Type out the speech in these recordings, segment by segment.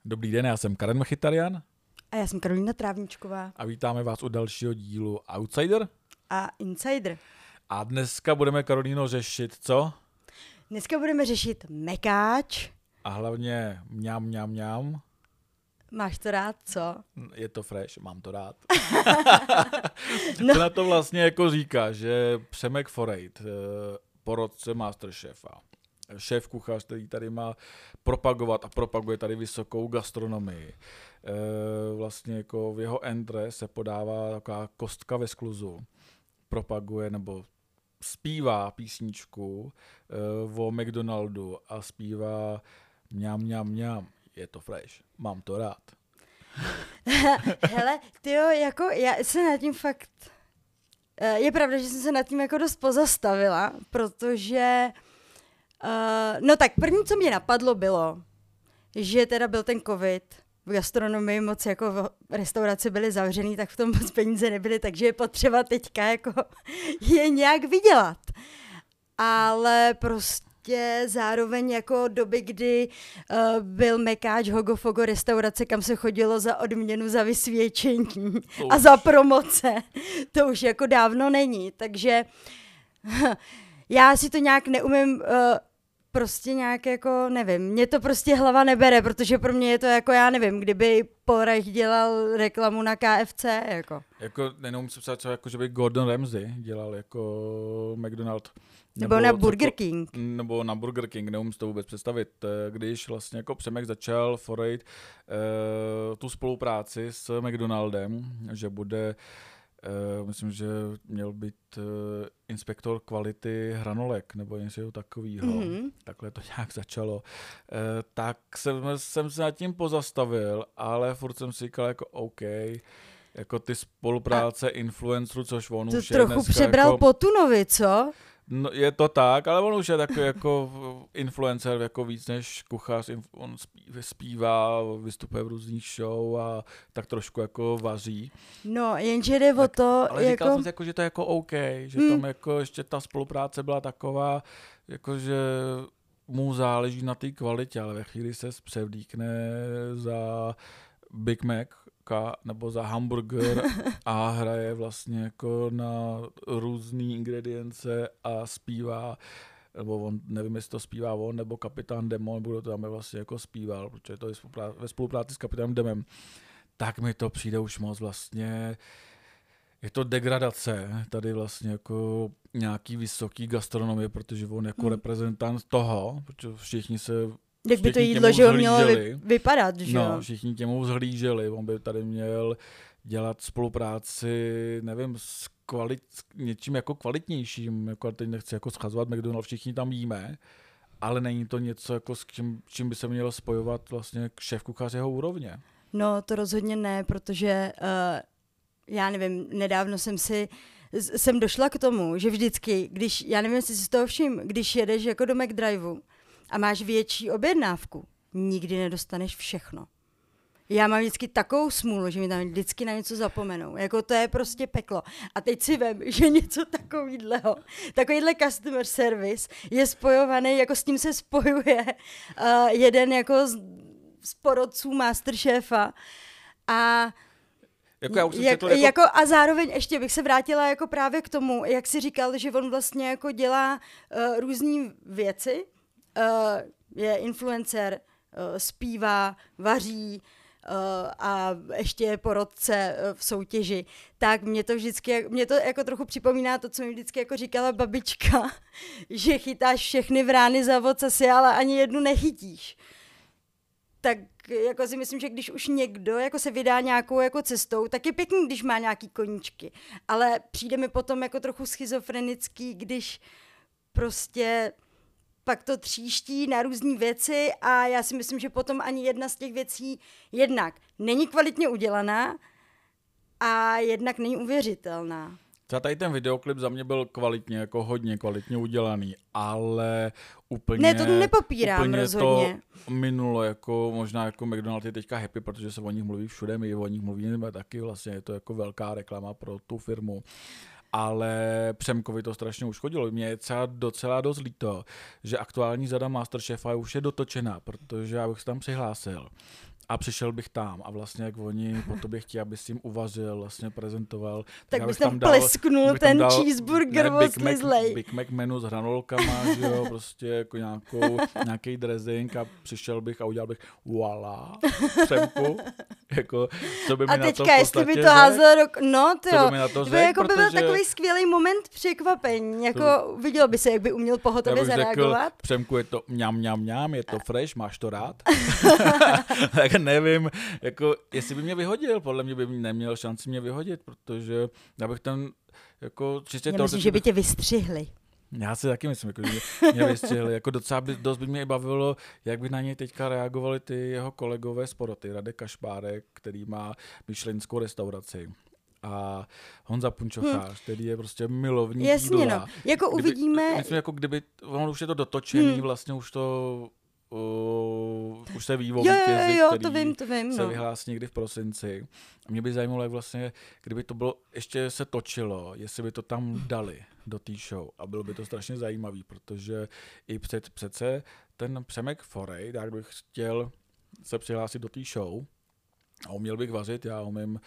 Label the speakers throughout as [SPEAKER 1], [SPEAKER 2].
[SPEAKER 1] Dobrý den, já jsem Karen Mechitarian.
[SPEAKER 2] A já jsem Karolína Trávničková.
[SPEAKER 1] A vítáme vás u dalšího dílu Outsider
[SPEAKER 2] A Insider.
[SPEAKER 1] A dneska budeme, Karolíno, řešit co?
[SPEAKER 2] Dneska budeme řešit mekáč.
[SPEAKER 1] A hlavně mňam.
[SPEAKER 2] Máš to rád, co?
[SPEAKER 1] Je to fresh, mám to rád.
[SPEAKER 2] No.
[SPEAKER 1] Co na to vlastně jako říká, že Přemek Forejt, porotce Masterchefa, šéf kuchař, který tady má propagovat a propaguje tady vysokou gastronomii. Vlastně jako v jeho entre se podává taková kostka ve skluzu. Propaguje nebo zpívá písničku o McDonaldu a zpívá mňam. Je to fresh, mám to rád.
[SPEAKER 2] Hele, tyjo, jako já se nad tím fakt... Je pravda, že jsem se nad tím jako dost pozastavila, protože... No tak první, co mě napadlo, bylo, že teda byl ten covid, v gastronomii moc jako v restauraci byly zavřený, tak v tom moc peníze nebyly, takže je potřeba teďka jako je nějak vydělat. Ale prostě zároveň jako doby, kdy byl mekáč Hogofogo restaurace, kam se chodilo za odměnu za vysvědčení a za promoce, to už jako dávno není, takže já si to nějak neumím prostě nějak jako, nevím, mě to prostě hlava nebere, protože pro mě je to jako, já nevím, kdyby Porech dělal reklamu na KFC, jako.
[SPEAKER 1] Jako, neumím si psát, jako, že by Gordon Ramsay dělal jako McDonald.
[SPEAKER 2] Nebo na Burger King.
[SPEAKER 1] Nebo na Burger King, neumím si to vůbec představit. Když vlastně jako Přemek začal Forejt tu spolupráci s McDonaldem, že bude myslím, že měl být inspektor kvality hranolek nebo něco takového. Mm-hmm. Takhle to nějak začalo. Tak jsem se nad tím pozastavil, ale furt jsem si říkal jako OK, jako ty spolupráce influencerů, což on
[SPEAKER 2] to
[SPEAKER 1] už je
[SPEAKER 2] trochu přebral
[SPEAKER 1] jako,
[SPEAKER 2] Potunovi, co?
[SPEAKER 1] No, je to tak, ale on už je takový jako influencer, jako víc než kuchař, on zpívá, vystupuje v různých show a tak trošku jako vaří.
[SPEAKER 2] No, jenže jde o to,
[SPEAKER 1] ale
[SPEAKER 2] jako...
[SPEAKER 1] říkal jsem si, jako, že to je jako OK, že tam jako ještě ta spolupráce byla taková, jako že mu záleží na té kvalitě, ale ve chvíli se převlíkne za Big Mac nebo za hamburger a hraje vlastně jako na různé ingredience a zpívá, nebo on, nevím, jestli to zpívá on, nebo kapitán Demo, nebo kdo to tam vlastně jako zpíval, protože to je ve spolupráci s kapitánem Demem, tak mi to přijde už moc vlastně, je to degradace tady vlastně jako nějaký vysoký gastronomie, protože on jako reprezentant toho, protože všichni se
[SPEAKER 2] jak by to jídlo, že ho mělo vypadat, že jo?
[SPEAKER 1] No, všichni k němu vzhlíželi. On by tady měl dělat spolupráci, nevím, s něčím jako kvalitnějším. Jako teď nechci jako schazovat McDonald, všichni tam jíme, ale není to něco, jako s čím by se mělo spojovat vlastně šéf kuchař jeho úrovně.
[SPEAKER 2] No, to rozhodně ne, protože já nevím, nedávno jsem došla k tomu, že vždycky, když, já nevím, jestli si z toho všim, když jedeš jako do McDriveu, a máš větší objednávku, nikdy nedostaneš všechno. Já mám vždycky takovou smůlu, že mi tam vždycky na něco zapomenou. Jako to je prostě peklo. A teď si vem, že něco takovýhle customer service je spojovaný, jako s tím se spojuje jeden jako z porodců Masterchefa a a zároveň ještě bych se vrátila jako právě k tomu, jak jsi říkal, že on vlastně jako dělá různý věci, je influencer, zpívá, vaří a ještě je porotce v soutěži, tak mě to jako trochu připomíná to, co mi vždycky jako říkala babička, že chytáš všechny vrány za ocasy, ale ani jednu nechytíš. Tak jako si myslím, že když už někdo jako se vydá nějakou jako cestou, tak je pěkný, když má nějaký koníčky, ale přijde mi potom jako trochu schizofrenický, když prostě pak to tříští na různý věci a já si myslím, že potom ani jedna z těch věcí jednak není kvalitně udělaná a jednak není uvěřitelná.
[SPEAKER 1] Třeba tady ten videoklip za mě byl kvalitně, jako hodně kvalitně udělaný, ale úplně...
[SPEAKER 2] Ne, to nepopírám
[SPEAKER 1] úplně
[SPEAKER 2] rozhodně.
[SPEAKER 1] To minulo, jako možná jako McDonald je teďka happy, protože se o nich mluví všude, my o nich mluvíme taky, vlastně je to jako velká reklama pro tu firmu. Ale Přemkovi to strašně uškodilo. Mně je docela dost líto, že aktuální řada Masterchefa už je dotočená, protože já bych se tam přihlásil. a přišel bych tam a vlastně jak oni po tobě chtějí, abys jim uvařil, vlastně prezentoval.
[SPEAKER 2] Tak bys tam plesknul ten cheeseburger oslizlej.
[SPEAKER 1] Big Mac menu s hranolkama, že jo, prostě jako nějaký dressing a přišel bych a udělal bych voilà, Přemku, jako, co by mi
[SPEAKER 2] a
[SPEAKER 1] na to
[SPEAKER 2] teďka, jestli by to házel no to jo,
[SPEAKER 1] by jako
[SPEAKER 2] by byl takový skvělý moment překvapení, jako vidělo by se, jak by uměl pohotově zareagovat.
[SPEAKER 1] Řekl, Přemku, je to mňam, je to fresh, máš to rád? Tak nevím, jako, jestli by mě vyhodil, podle mě by neměl šanci mě vyhodit, protože já bych ten, jako, čistě to...
[SPEAKER 2] Myslím, že by tě vystřihli.
[SPEAKER 1] Já si taky myslím, jako, že mě vystřihli, jako docela dost by mě i bavilo, jak by na něj teďka reagovali ty jeho kolegové z poroty, Radek Kašpárek, který má michellinskou restauraci. A Honza Punčochář, který je prostě milovník jídla.
[SPEAKER 2] No. Jako uvidíme...
[SPEAKER 1] Myslím, jako kdyby, on už je to dotočený, vlastně už se ví o vítězi, který
[SPEAKER 2] to vím,
[SPEAKER 1] se vyhlásí někdy v prosinci. A mě by zajímalo, jak vlastně, kdyby to bylo, ještě se točilo, jestli by to tam dali do té show. A bylo by to strašně zajímavý, protože i přece ten Přemek Forej, tak bych chtěl se přihlásit do té show, a uměl bych vařit, já umím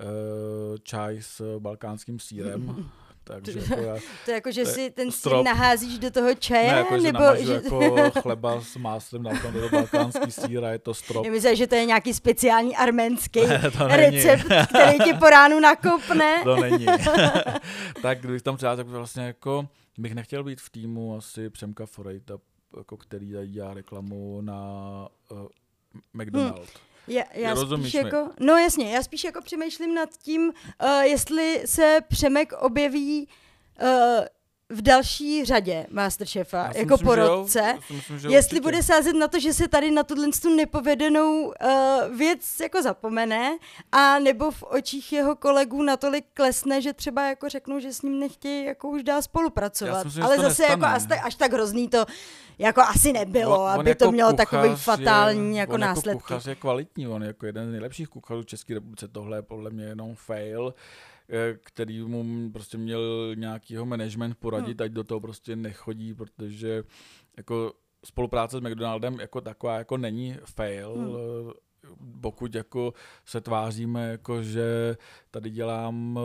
[SPEAKER 1] čaj s balkánským sýrem. Takže jako
[SPEAKER 2] to je jako, že si ten sýr naházíš do toho čaje?
[SPEAKER 1] Ne, jako,
[SPEAKER 2] nebo
[SPEAKER 1] namažu jako chleba s máslem, dám tam do balkánský sýr a je to strop.
[SPEAKER 2] Já myslím, že to je nějaký speciální arménský recept, který ti po ránu nakopne.
[SPEAKER 1] To není. Tak když tam třeba, tak vlastně jako bych nechtěl být v týmu asi Přemka Forejta, jako který dělá reklamu na McDonald's.
[SPEAKER 2] Já spíš jako, no jasně, já spíš jako přemýšlím nad tím, jestli se Přemek objeví v další řadě Masterchefa, jako porodce, jestli bude sázet na to, že se tady na tuhle nepovedenou věc jako zapomene, a nebo v očích jeho kolegů natolik klesne, že třeba jako řeknou, že s ním nechtějí jako už dál spolupracovat.
[SPEAKER 1] Myslím,
[SPEAKER 2] ale zase jako až tak hrozný to jako asi nebylo, aby jako to mělo takový fatální jako následky.
[SPEAKER 1] Jako kuchař je kvalitní, on je jako jeden z nejlepších kuchařů v České republice, tohle je podle mě jenom fail, který mu prostě měl nějakýho management poradit, ať do toho prostě nechodí, protože jako spolupráce s McDonaldem jako taková jako není fail, pokud jako se tváříme, jako že tady dělám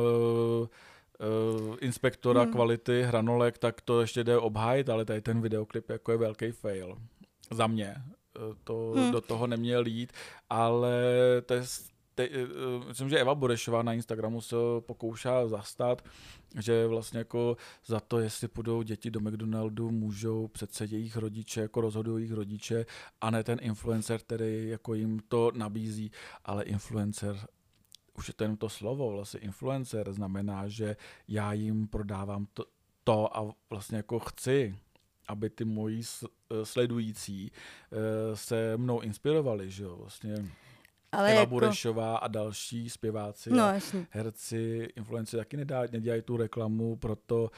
[SPEAKER 1] inspektora kvality hranolek, tak to ještě jde obhájit, ale tady ten videoklip jako je velký fail. Za mě. To do toho neměl jít, ale to je myslím, že Eva Burešová na Instagramu se pokoušela zastat, že vlastně jako za to, jestli půjdou děti do McDonaldu, můžou přece jejich rodiče, jako rozhodují jejich rodiče, a ne ten influencer, který jako jim to nabízí, ale influencer, už je to jen to slovo, vlastně influencer znamená, že já jim prodávám to a vlastně jako chci, aby ty moji sledující se mnou inspirovali, že jo, vlastně. Ale Eva Burešová a další zpěváci, herci, influenci taky nedělají tu reklamu proto,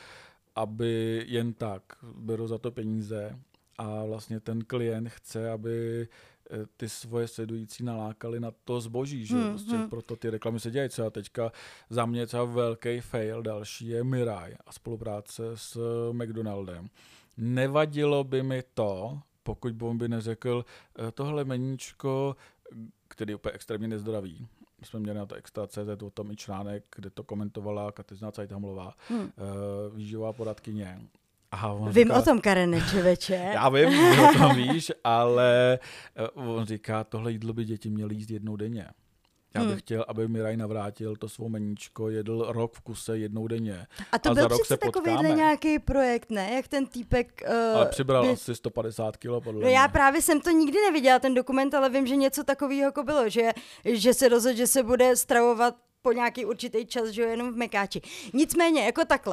[SPEAKER 1] aby jen tak berou za to peníze, a vlastně ten klient chce, aby ty svoje sledující nalákali na to zboží, že prostě proto ty reklamy se dělají. Třeba teďka za mě třeba velký fail další je Mirai a spolupráce s McDonaldem. Nevadilo by mi to, pokud by neřekl, tohle meníčko, který je úplně extrémně nezdravý. My jsme měli na to Extra.cz o tom i článek, kde to komentovala Kateřina Cajthamlová, výživová poradkyně.
[SPEAKER 2] Vím o tom, Karene, člověče.
[SPEAKER 1] Já vím, že o tom víš, ale on říká, tohle jídlo by děti měly jíst jednou denně. Já bych chtěl, aby Miraj navrátil to svou meníčko, jedl rok v kuse jednou denně.
[SPEAKER 2] A to byl přece takovýhle nějaký projekt, ne? Jak ten týpek...
[SPEAKER 1] ale přibral asi 150 kilo, podle mě.
[SPEAKER 2] Já právě jsem to nikdy neviděla, ten dokument, ale vím, že něco takového jako bylo, že se rozhodl, že se bude stravovat po nějaký určitý čas, že jenom v mekáči. Nicméně, jako takhle.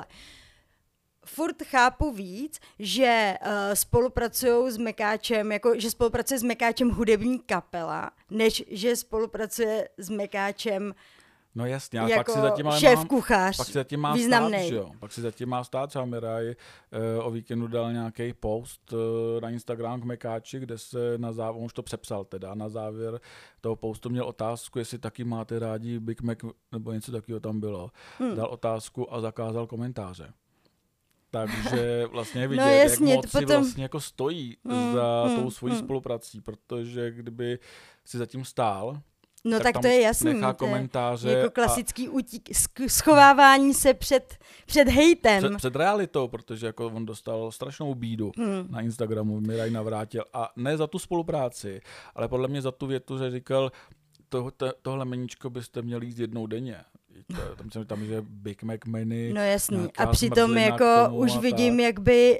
[SPEAKER 2] Furt chápu víc, že spolupracují s mekáčem, jako že spolupracuje s mekáčem hudební kapela, než že spolupracuje s mekáčem
[SPEAKER 1] no jasně, ale jako
[SPEAKER 2] pak si zatím šéf kuchař,
[SPEAKER 1] pak si zatím má
[SPEAKER 2] významnej.
[SPEAKER 1] Stát, že jo? Pak si zatím má stát, třeba Miraj o víkendu dal nějaký post na Instagram k mekáči, kde se na závěr, on už to přepsal teda, na závěr toho postu měl otázku, jestli taky máte rádi Big Mac, nebo něco takového tam bylo. Dal otázku a zakázal komentáře. takže vlastně je vidět,
[SPEAKER 2] no jasně,
[SPEAKER 1] jak moc si
[SPEAKER 2] potom...
[SPEAKER 1] vlastně jako stojí za tou svojí spoluprací, protože kdyby si zatím stál,
[SPEAKER 2] no tak to je jasný,
[SPEAKER 1] nechá komentáře.
[SPEAKER 2] Jako klasický utík, schovávání se před hejtem.
[SPEAKER 1] Před realitou, protože jako on dostal strašnou bídu na Instagramu, Miraj Navrátil. A ne za tu spolupráci, ale podle mě za tu větu, že říkal, tohle meníčko byste měli jíst jednou denně. Tam je Big Mac menu.
[SPEAKER 2] No jasný. A přitom jako už vidím, jak by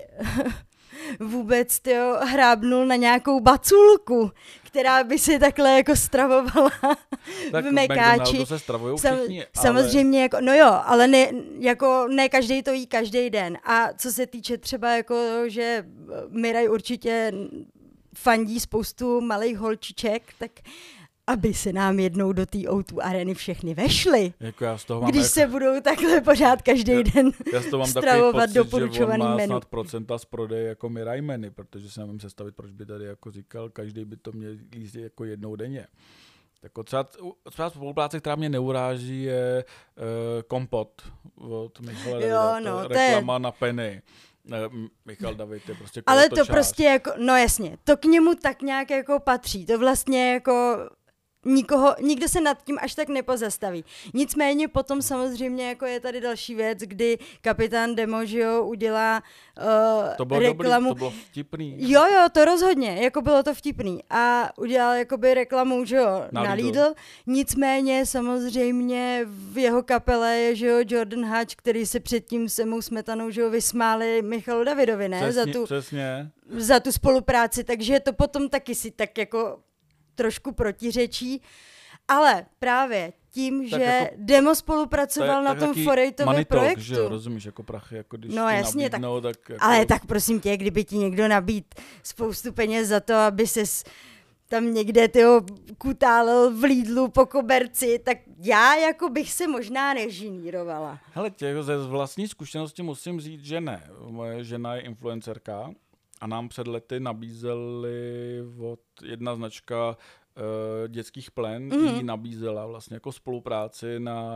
[SPEAKER 2] vůbec hrábnul na nějakou baculku, která by se takhle jako stravovala
[SPEAKER 1] tak
[SPEAKER 2] v mekáči.
[SPEAKER 1] Se stravujou všichni,
[SPEAKER 2] samozřejmě, jako, no jo, ale ne každý to jí každý den. A co se týče třeba jako, že Miraj určitě fandí spoustu malých holčiček, tak aby se nám jednou do té O2 areny všechny vešly.
[SPEAKER 1] Jako já z toho mám
[SPEAKER 2] když se budou takhle pořád každý den stravovat doporučovaný menu. Já z toho mám
[SPEAKER 1] snad procenta z prodeje jako Miraj menu, protože si nemůžu představit, proč by tady jako říkal, každý by to měl jíst jako jednou denně. Tako třeba spolupráce, která mě neuráží, je kompot od Michala Davida. Reklama na Penny. Michal David je prostě
[SPEAKER 2] ale to prostě jako, no jasně, to k němu tak nějak jako patří. To vlastně jako nikdo se nad tím až tak nepozastaví. Nicméně potom samozřejmě jako je tady další věc, kdy kapitán Demo, že jo, udělá
[SPEAKER 1] to bylo
[SPEAKER 2] reklamu.
[SPEAKER 1] To bylo vtipný.
[SPEAKER 2] Jo, to rozhodně, jako bylo to vtipný. A udělal jakoby reklamu, že jo, na Lidl. Nicméně samozřejmě v jeho kapele je, že jo, Jordan Hatch, který se předtím se mou Smetanou, že jo, vysmáli Michalu Davidovi, ne?
[SPEAKER 1] Přesně.
[SPEAKER 2] Za tu spolupráci, takže to potom taky si tak jako trošku protiřečí, ale právě tím, tak že jako, Demo spolupracoval na tom Forejtově projektu.
[SPEAKER 1] Že jo, rozumíš, jako prachy, jako když
[SPEAKER 2] no jasně, tak
[SPEAKER 1] jako...
[SPEAKER 2] ale tak prosím tě, kdyby ti někdo nabít spoustu peněz za to, aby ses tam někde kutálel v Lidlu po koberci, tak já jako bych se možná nežinírovala.
[SPEAKER 1] Hele, ze vlastní zkušenosti musím říct, že ne. Moje žena je influencerka a nám před lety nabízeli od jedna značka dětských plen, jí nabízela vlastně jako spolupráci na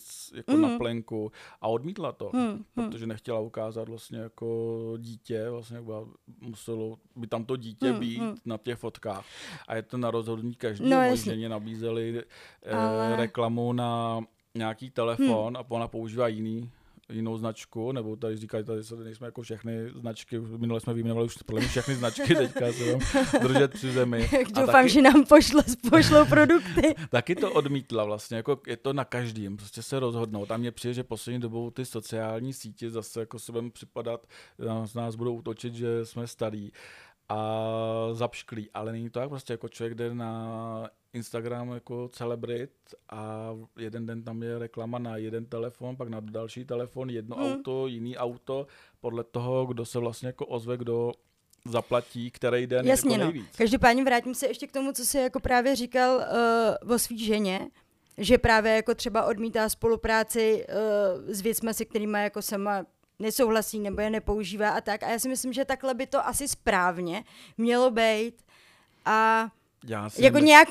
[SPEAKER 1] na plenku a odmítla to, protože nechtěla ukázat vlastně jako dítě, vlastně muselo by tam to dítě být na těch fotkách. A je to na rozhodnutí každého, no, ženě nabízeli reklamu na nějaký telefon a ona používá jinou značku, nebo tady říkají, tady nejsme jako všechny značky, minule jsme vyjmenovali už všechny značky, teďka se držet při zemi.
[SPEAKER 2] Doufám, že nám pošlou produkty.
[SPEAKER 1] Taky to odmítla vlastně, jako je to na každým, prostě se rozhodnout. A mně přijde, že poslední dobou ty sociální sítě zase jako se budeme připadat, nás budou útočit, že jsme starý a zapšklí, ale není to tak, prostě jako člověk jde na Instagram jako celebrit a jeden den tam je reklama na jeden telefon, pak na další telefon, jedno auto, jiný auto, podle toho, kdo se vlastně jako ozve, kdo zaplatí, který den
[SPEAKER 2] jasně,
[SPEAKER 1] jako nejvíc.
[SPEAKER 2] No. Každopádně vrátím se ještě k tomu, co jsi jako právě říkal o svý ženě, že právě jako třeba odmítá spolupráci s věcmi, se kterýma jako sama nesouhlasí nebo je nepoužívá a tak. A já si myslím, že takhle by to asi správně mělo být. A jako nějak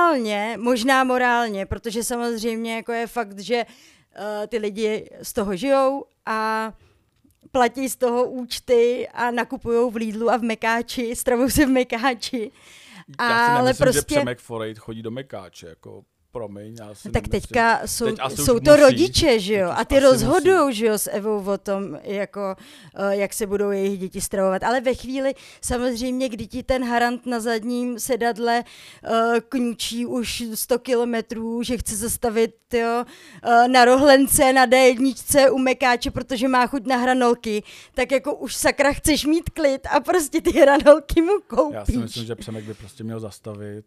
[SPEAKER 2] možná morálně, protože samozřejmě jako je fakt, že ty lidi z toho žijou a platí z toho účty a nakupujou v Lidlu a v Mekáči, stravují se v Mekáči.
[SPEAKER 1] Já si nemyslím, prostě... že Přemek Forejt chodí do Mekáče, jako promiň, já si
[SPEAKER 2] tak
[SPEAKER 1] nemyslím.
[SPEAKER 2] Teďka jsou to rodiče, že jo, a ty rozhodují, že jo, s Evou o tom, jako, jak se budou jejich děti stravovat, ale ve chvíli samozřejmě, kdy ti ten harant na zadním sedadle kňučí už 100 kilometrů, že chce zastavit, jo, na rohlence, na D1 u Mekáče, protože má chuť na hranolky, tak jako už sakra chceš mít klid a prostě ty hranolky mu koupíš.
[SPEAKER 1] Já si myslím, že Přemek by prostě měl zastavit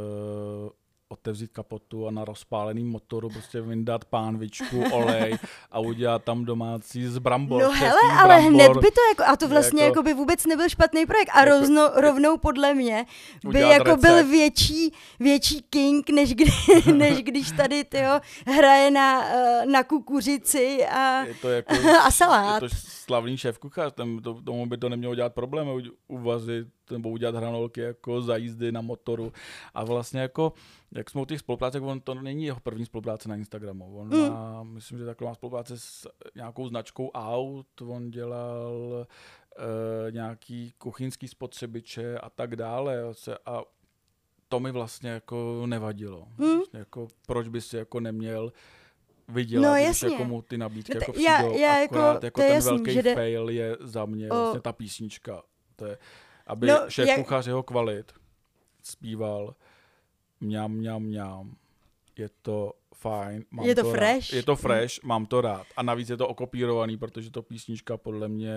[SPEAKER 1] otevřít kapotu a na rozpáleným motoru prostě vyndat pánvičku, olej a udělat tam domácí z brambor.
[SPEAKER 2] No hele, ale hned by to jako, a to vlastně jako by vůbec nebyl špatný projekt a jako, rovnou podle mě by jako recept. Byl větší king, než když tady tyjo, hraje na kukuřici a
[SPEAKER 1] jako,
[SPEAKER 2] a salát.
[SPEAKER 1] Je to slavný šéfkuchař, tomu by to nemělo dělat problém uvařit nebo udělat hranolky jako za jízdy na motoru. A vlastně jako, jak jsme u těch spolupráce, on to není jeho první spolupráce na Instagramu. On má, myslím, že takhle má spolupráce s nějakou značkou aut, on dělal nějaký kuchyňský spotřebiče a tak dále. A to mi vlastně jako nevadilo. Vlastně jako, proč by si jako neměl vydělat, když jako mu ty nabídky jako přijdou, akorát jako ten jasný, velký fail je za mě vlastně ta písnička. To je, aby šéf kuchař jeho kvalit zpíval mňam, mňam, mňam. Je to fajn, mám
[SPEAKER 2] je to
[SPEAKER 1] to
[SPEAKER 2] fresh.
[SPEAKER 1] Rád. Je to fresh, mám to rád. A navíc je to okopírovaný, protože to písnička podle mě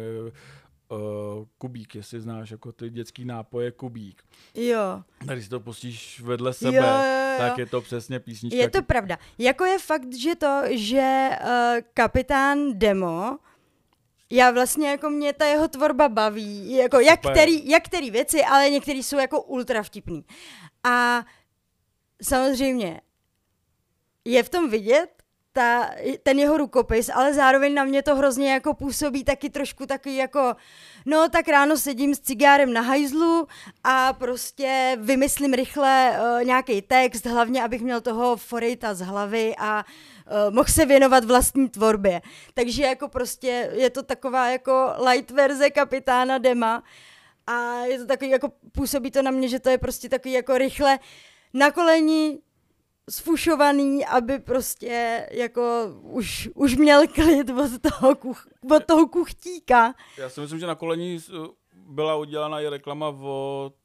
[SPEAKER 1] Kubík, jestli znáš jako ty dětský nápoje Kubík.
[SPEAKER 2] Jo.
[SPEAKER 1] Když si to pustíš vedle sebe, jo. Tak je to přesně písnička.
[SPEAKER 2] Je to pravda. Jako je fakt, že Kapitán Demo, já vlastně jako mě ta jeho tvorba baví, jako jak který věci, ale některý jsou jako ultra vtipný. A samozřejmě je v tom vidět ten jeho rukopis, ale zároveň na mě to hrozně jako působí taky trošku takový jako, no tak ráno sedím s cigárem na hajzlu a prostě vymyslím rychle nějaký text, hlavně abych měl toho Forejta z hlavy a mohl se věnovat vlastní tvorbě. Takže jako prostě je to taková jako light verze Kapitána Dema a je to takový jako, působí to na mě, že to je prostě takový jako rychle na koleni sfušovaný, aby prostě jako už měl klid od toho kuchtíka.
[SPEAKER 1] Já si myslím, že na koleni byla udělána i reklama od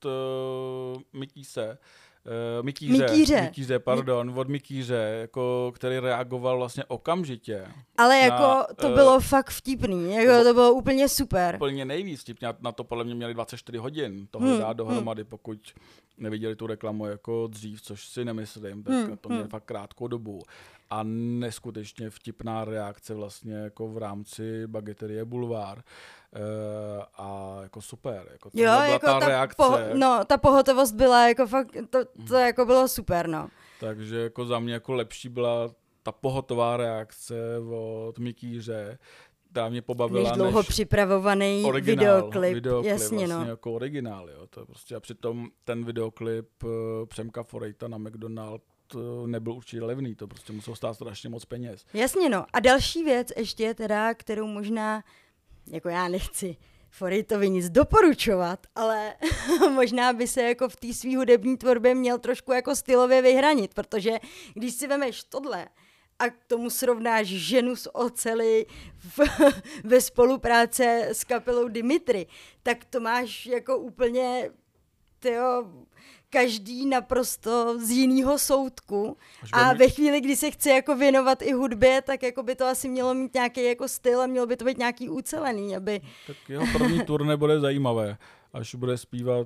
[SPEAKER 1] Mikýře, od Mikýře, jako, který reagoval vlastně okamžitě.
[SPEAKER 2] Ale jako to bylo fakt vtipný, jako to bylo úplně super.
[SPEAKER 1] Úplně nejvíc vtipný, na to podle mě měli 24 hodin toho dát dohromady, pokud neviděli tu reklamu jako dřív, což si nemyslím, tak to měli fakt krátkou dobu. A neskutečně vtipná reakce vlastně jako v rámci Bageterie Bulvár. A jako super. Jako
[SPEAKER 2] jo, jako ta reakce. Ta pohotovost byla jako fakt, to jako bylo super, no.
[SPEAKER 1] Takže jako za mě jako lepší byla ta pohotová reakce od Mikýře, která mě pobavila
[SPEAKER 2] než dlouho připravovaný videoklip. Jasně,
[SPEAKER 1] vlastně
[SPEAKER 2] no.
[SPEAKER 1] jako originál, jo. To prostě a přitom ten videoklip Přemka Forejta na McDonald nebyl určitě levný, to prostě muselo stát strašně moc peněz.
[SPEAKER 2] Jasně, no. A další věc ještě teda, kterou možná, jako já nechci Forejtovi nic doporučovat, ale možná by se jako v té svý hudební tvorbě měl trošku jako stylově vyhranit, protože když si vemeš tohle a k tomu srovnáš Ženu z oceli ve spolupráce s kapelou Dimitri, tak to máš jako úplně každý naprosto z jiného soudku a ve chvíli, kdy se chce jako věnovat i hudbě, tak jako by to asi mělo mít nějaký jako styl a mělo by to být nějaký ucelený, aby...
[SPEAKER 1] Tak jeho první turné bude zajímavé, až bude zpívat...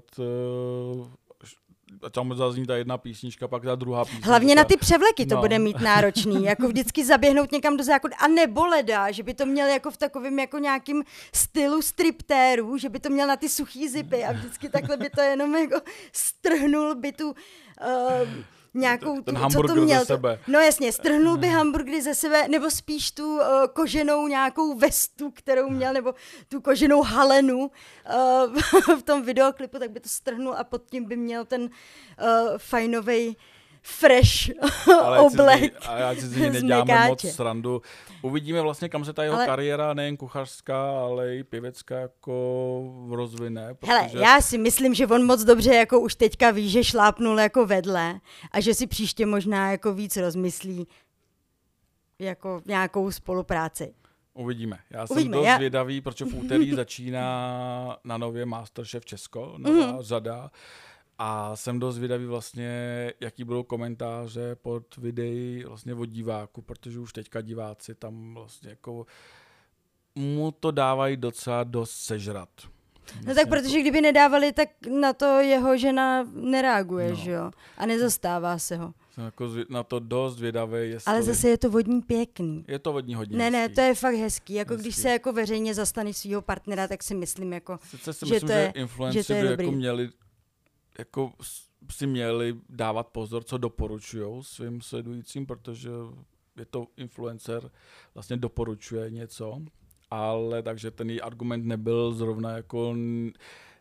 [SPEAKER 1] A tam zazní ta jedna písnička, pak ta druhá písnička.
[SPEAKER 2] Hlavně na ty převleky to bude mít náročný, jako vždycky zaběhnout někam do záchodu, a nebo leda, že by to měl jako v takovém jako nějakým stylu striptérů, že by to měl na ty suchý zipy a vždycky takhle by to jenom jako strhnul by tu... nějakou
[SPEAKER 1] ten hamburger
[SPEAKER 2] co to měl,
[SPEAKER 1] ze sebe.
[SPEAKER 2] No jasně, strhnul by hamburgery ze sebe, nebo spíš tu koženou nějakou vestu, kterou měl, nebo tu koženou halenu v tom videoklipu, tak by to strhnul a pod tím by měl ten fajnovej fresh oblek.
[SPEAKER 1] Ale já si z ní neděláme moc srandu. Uvidíme vlastně, kam se ta jeho kariéra, nejen kuchařská, ale i pěvecká jako rozvine. Protože...
[SPEAKER 2] Hele, já si myslím, že on moc dobře jako už teďka ví, že šlápnul jako vedle a že si příště možná jako víc rozmyslí jako nějakou spolupráci.
[SPEAKER 1] Uvidíme. Já jsem dost zvědavý, protože v úterý začíná na nově Masterchef Česko, nová řada. A jsem dost zvědavý vlastně, jaký budou komentáře pod videí vlastně od diváku, protože už teďka diváci tam vlastně jako mu to dávají docela dost sežrat.
[SPEAKER 2] No tak protože kdyby nedávali, tak na to jeho žena nereaguje, že jo? A nezastává se ho.
[SPEAKER 1] Jsem jako na to dost zvědavý. Jestli...
[SPEAKER 2] Ale zase je to vodní pěkný.
[SPEAKER 1] Je to vodní hodně
[SPEAKER 2] Ne, to je fakt hezký. Jako hezký. Když se jako veřejně zastane svého partnera, tak si myslím, jako,
[SPEAKER 1] že influenci by jako měli jako si měli dávat pozor, co doporučujou svým sledujícím, protože je to influencer, vlastně doporučuje něco, ale takže ten její argument nebyl zrovna jako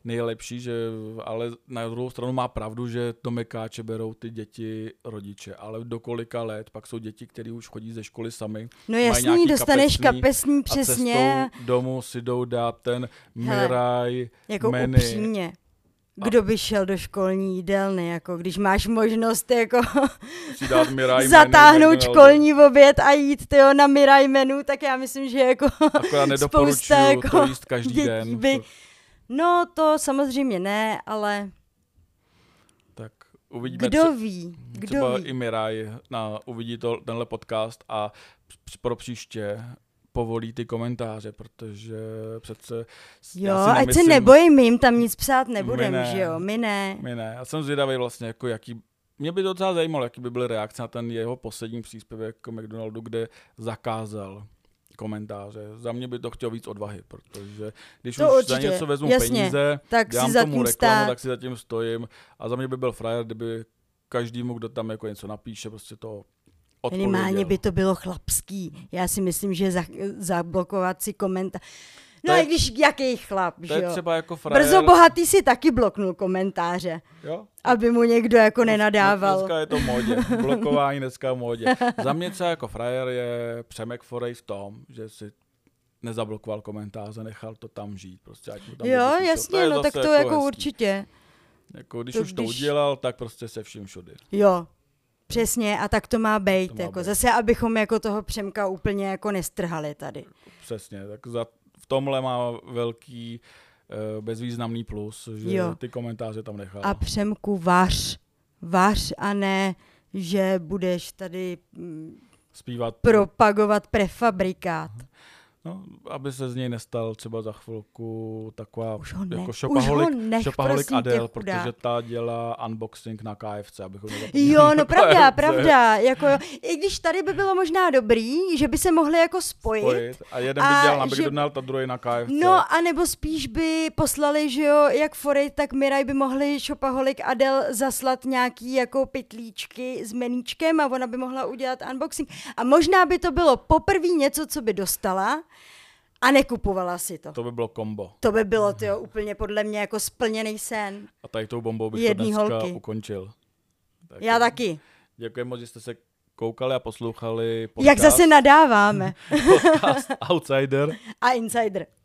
[SPEAKER 1] nejlepší, že, ale na druhou stranu má pravdu, že do mekáče berou ty děti rodiče, ale do kolika let, pak jsou děti, které už chodí ze školy sami.
[SPEAKER 2] No jasný, dostaneš kapesní přesně.
[SPEAKER 1] A cestou domů si jdou dát ten Miraj,
[SPEAKER 2] jako
[SPEAKER 1] menu.
[SPEAKER 2] Upřímně. Kdo by šel do školní jídelny, jako když máš možnost jako zatáhnout školní oběd a jít tyjo, na Miraj menu, tak já myslím, že jako
[SPEAKER 1] akorát nedoporučuju jako to jíst každý den.
[SPEAKER 2] No to samozřejmě ne, ale
[SPEAKER 1] tak uvidíme.
[SPEAKER 2] Kdo ví?
[SPEAKER 1] Třeba i Miraj uvidí tenhle podcast a pro příště povolí ty komentáře, protože přece...
[SPEAKER 2] Jo, ať se nebojím, my jim tam nic psát nebudem, že jo? My ne.
[SPEAKER 1] Já jsem zvědavý vlastně, jako jaký... Mě by to docela zajímalo, jaký by byly reakce na ten jeho poslední příspěvek k McDonaldu, kde zakázal komentáře. Za mě by to chtěl víc odvahy, protože když
[SPEAKER 2] to
[SPEAKER 1] už
[SPEAKER 2] určitě,
[SPEAKER 1] za něco vezmu peníze, dám tomu reklamu, tak si zatím stojím a za mě by byl frajer, kdyby každému, kdo tam jako něco napíše, prostě to odpověděl.
[SPEAKER 2] Minimálně by to bylo chlapský. Já si myslím, že zablokovat si komentář. No i když jaký chlap, že jo.
[SPEAKER 1] Třeba jako frajer.
[SPEAKER 2] Brzo bohatý si taky bloknul komentáře.
[SPEAKER 1] Jo?
[SPEAKER 2] Aby mu někdo jako nenadával.
[SPEAKER 1] Dneska je to v módě. Blokování dneska v módě. Za mě třeba jako frajer je Přemek Forej v tom, že si nezablokoval komentáře, nechal to tam žít. Prostě, ať mu tam
[SPEAKER 2] jo, jasně, no tak to jako určitě.
[SPEAKER 1] Jako, když už to udělal, tak prostě se vším všudy.
[SPEAKER 2] Jo. Přesně, a tak to má být. Jako, zase, abychom jako toho Přemka úplně jako nestrhali tady.
[SPEAKER 1] Přesně, tak v tomhle má velký bezvýznamný plus, že ty komentáře tam nechal.
[SPEAKER 2] A Přemku, vař a ne, že budeš tady
[SPEAKER 1] zpívat,
[SPEAKER 2] propagovat prefabrikát.
[SPEAKER 1] No, aby se z něj nestal třeba za chvilku taková jako
[SPEAKER 2] shopaholic
[SPEAKER 1] Adele, protože ta dělá unboxing na KFC, abychom
[SPEAKER 2] jo, no pravda. Jako, i když tady by bylo možná dobrý, že by se mohli jako spojit.
[SPEAKER 1] A jeden by dělal na McDonald a druhý na KFC.
[SPEAKER 2] No, a nebo spíš by poslali, že jo, jak Forej, tak Miraj by mohli shopaholic Adele zaslat nějaký jako pytlíčky s meníčkem a ona by mohla udělat unboxing. A možná by to bylo poprvé něco, co by dostala, a nekupovala si to.
[SPEAKER 1] To by bylo kombo.
[SPEAKER 2] To by bylo tyjo, úplně podle mě jako splněný sen.
[SPEAKER 1] A tady tou bombou bych to dneska ukončil.
[SPEAKER 2] Tak já taky.
[SPEAKER 1] Děkuji moc, že jste se koukali a poslouchali
[SPEAKER 2] podcast. Jak zase nadáváme.
[SPEAKER 1] Podcast Outsider
[SPEAKER 2] a Insider.